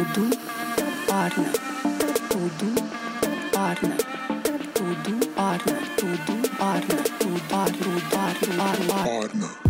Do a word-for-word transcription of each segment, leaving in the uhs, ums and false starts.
tudo orna, tudo orna, tudo orna, tudo orna, tudo orna, tudo orna, orna.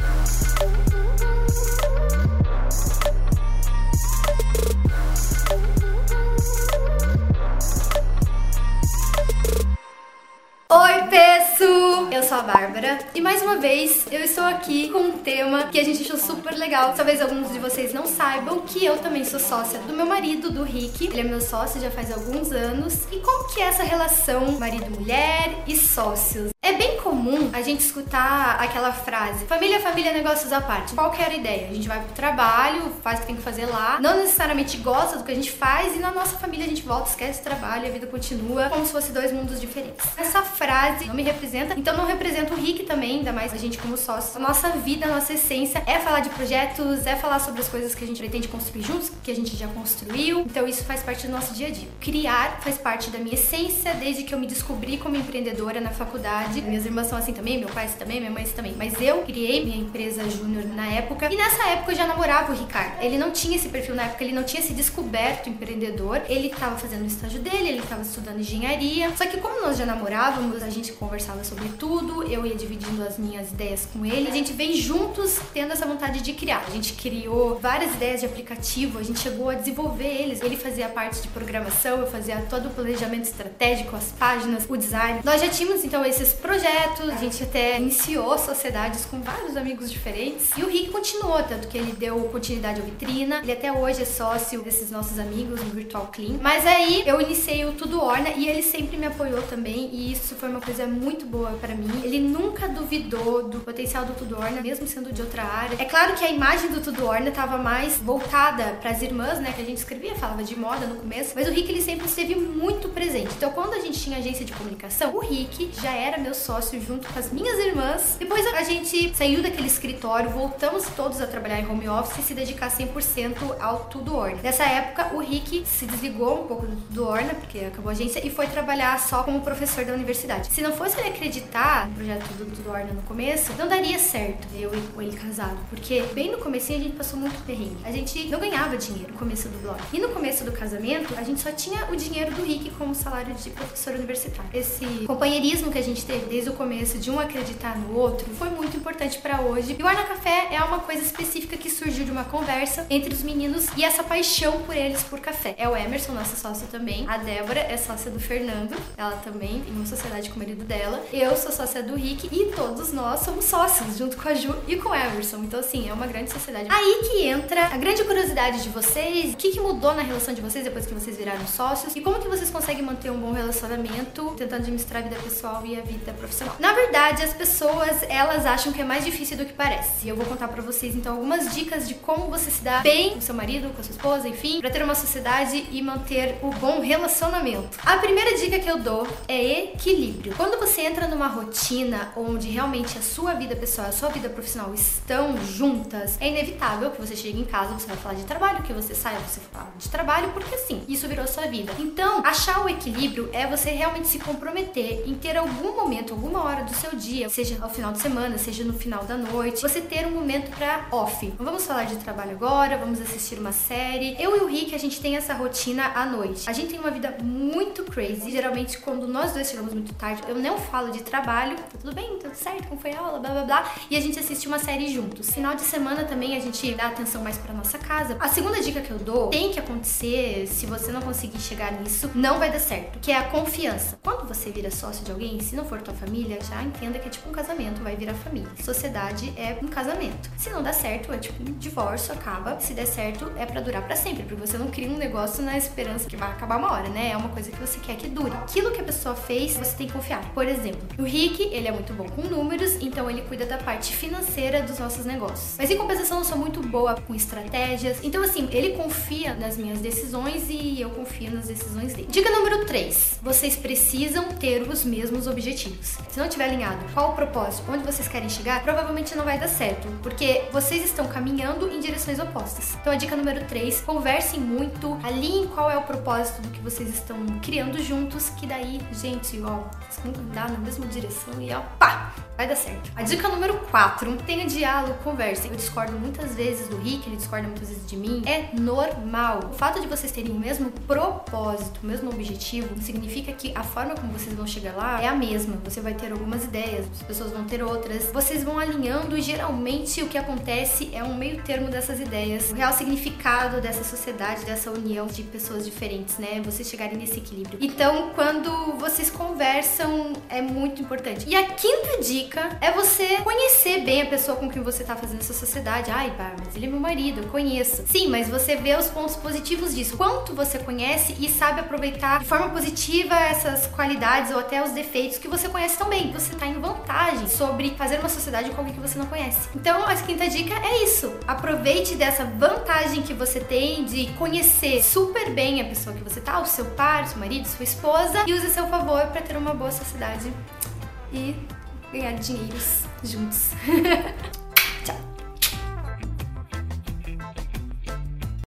Oi, pessoal! Eu sou a Bárbara e mais uma vez eu estou aqui com um tema que a gente achou super legal. Talvez alguns de vocês não saibam que eu também sou sócia do meu marido, do Rick. Ele é meu sócio já faz alguns anos. E como que é essa relação marido-mulher e sócios? É bem comum a gente escutar aquela frase: família, família, negócios à parte. Qual que era a ideia? A gente vai pro trabalho, faz o que tem que fazer lá, não necessariamente gosta do que a gente faz, e na nossa família a gente volta, esquece o trabalho e a vida continua como se fosse dois mundos diferentes. Essa frase não me representa, então não representa o Rick também, ainda mais a gente como sócio. A nossa vida, a nossa essência é falar de projetos, é falar sobre as coisas que a gente pretende construir juntos, que a gente já construiu. Então isso faz parte do nosso dia a dia. Criar faz parte da minha essência desde que eu me descobri como empreendedora na faculdade. Minhas irmãs são assim também, meu pai também, minha mãe também. Mas eu criei minha empresa júnior na época, e nessa época eu já namorava o Ricardo. Ele não tinha esse perfil na época, ele não tinha se descoberto empreendedor. Ele estava fazendo o estágio dele, ele estava estudando engenharia. Só que como nós já namorávamos, a gente conversava sobre tudo, eu ia dividindo as minhas ideias com ele. A gente vem juntos tendo essa vontade de criar. A gente criou várias ideias de aplicativo, a gente chegou a desenvolver eles. Ele fazia a parte de programação, eu fazia todo o planejamento estratégico, as páginas, o design. Nós já tínhamos então esses projetos, a gente até iniciou sociedades com vários amigos diferentes. E o Rick continuou, tanto que ele deu continuidade ao Vitrina. Ele até hoje é sócio desses nossos amigos no Virtual Clean. Mas aí eu iniciei o Tudo Orna e ele sempre me apoiou também, e isso foi uma coisa muito boa pra mim. Ele nunca duvidou do potencial do Tudo Orna, mesmo sendo de outra área. É claro que a imagem do Tudo Orna tava mais voltada pras irmãs, né, que a gente escrevia, falava de moda no começo, mas o Rick, ele sempre esteve muito presente. Então quando a gente tinha agência de comunicação, o Rick já era meu sócio junto com as minhas irmãs. Depois a gente saiu daquele escritório, voltamos todos a trabalhar em home office e se dedicar cem por cento ao Tudo Orna. Nessa época, o Rick se desligou um pouco do Tudo Orna, porque acabou a agência, e foi trabalhar só como professor da universidade. Se não fosse ele acreditar no projeto do Tudo Orna no começo, não daria certo eu e com ele casado, porque bem no comecinho a gente passou muito perrengue. A gente não ganhava dinheiro no começo do blog. E no começo do casamento, a gente só tinha o dinheiro do Rick como salário de professor universitário. Esse companheirismo que a gente teve desde o começo, de um acreditar no outro, foi muito importante pra hoje. E o Orna Café é uma coisa específica que surgiu de uma conversa entre os meninos e essa paixão por eles por café. É o Emerson, nosso sócio também. A Débora é sócia do Fernando, ela também tem uma sociedade com o marido dela. Eu sou sócia do Rick e todos nós somos sócios, junto com a Ju e com o Emerson. Então, assim, é uma grande sociedade. Aí que entra a grande curiosidade de vocês, o que, que mudou na relação de vocês depois que vocês viraram sócios, e como que vocês conseguem manter um bom relacionamento, tentando administrar a vida pessoal e a vida profissional. Na verdade, as pessoas, elas acham que é mais difícil do que parece. E eu vou contar pra vocês, então, algumas dicas de como você se dá bem com seu marido, com a sua esposa, enfim, pra ter uma sociedade e manter o bom relacionamento. A primeira dica que eu dou é equilíbrio. Quando você entra numa rotina onde realmente a sua vida pessoal e a sua vida profissional estão juntas, é inevitável que você chegue em casa, você vai falar de trabalho, que você saia, você fala de trabalho, porque assim, isso virou sua vida. Então, achar o equilíbrio é você realmente se comprometer em ter algum momento, alguma hora do seu dia, seja ao final de semana, seja no final da noite, você ter um momento pra off. Não vamos falar de trabalho agora, vamos assistir uma série. Eu e o Rick, a gente tem essa rotina à noite. A gente tem uma vida muito crazy. Geralmente, quando nós dois chegamos muito tarde, eu não falo de trabalho, tá tudo bem, tudo certo, como foi a aula, blá blá blá, e a gente assiste uma série juntos. Final de semana também a gente dá atenção mais pra nossa casa. A segunda dica que eu dou, tem que acontecer, se você não conseguir chegar nisso, não vai dar certo, que é a confiança. Quando você vira sócio de alguém, se não for tua família, já entenda que é tipo um casamento, vai virar família. Sociedade é um casamento. Se não dá certo, é tipo um divórcio, acaba. Se der certo, é pra durar pra sempre, porque você não cria um negócio na esperança que vai acabar uma hora, né? É uma coisa que você quer que dure. Aquilo que a pessoa fez, você tem que confiar. Por exemplo, o Rick, ele é muito bom com números, então ele cuida da parte financeira dos nossos negócios. Mas em compensação, eu sou muito boa com estratégias. Então, assim, ele confia nas minhas decisões e eu confio nas decisões dele. Dica número três. Vocês precisam ter os mesmos objetivos. Se não tiver alinhado qual o propósito, onde vocês querem chegar, provavelmente não vai dar certo, porque vocês estão caminhando em direções opostas. Então, a dica número três, conversem muito, alinhem qual é o propósito do que vocês estão criando juntos, que daí, gente, ó, vocês vão andar na mesma direção coração e ó, pá! Vai dar certo. A dica número quatro, tenha diálogo, converse. Eu discordo muitas vezes do Rick, ele discorda muitas vezes de mim. É normal. O fato de vocês terem o mesmo propósito, o mesmo objetivo, significa que a forma como vocês vão chegar lá é a mesma. Você vai ter algumas ideias, as pessoas vão ter outras. Vocês vão alinhando e geralmente o que acontece é um meio termo dessas ideias. O real significado dessa sociedade, dessa união de pessoas diferentes, né? Vocês chegarem nesse equilíbrio. Então, quando vocês conversam, é muito importante. E a quinta dica é você conhecer bem a pessoa com quem você tá fazendo essa sociedade. Ai, pá, mas ele é meu marido, eu conheço. Sim, mas você vê os pontos positivos disso. Quanto você conhece e sabe aproveitar de forma positiva essas qualidades ou até os defeitos que você conhece também. Você tá em vantagem sobre fazer uma sociedade com alguém que você não conhece. Então, a quinta dica é isso. Aproveite dessa vantagem que você tem de conhecer super bem a pessoa que você tá, o seu par, seu marido, sua esposa, e use a seu favor para ter uma boa sociedade e ganhar dinheiros juntos.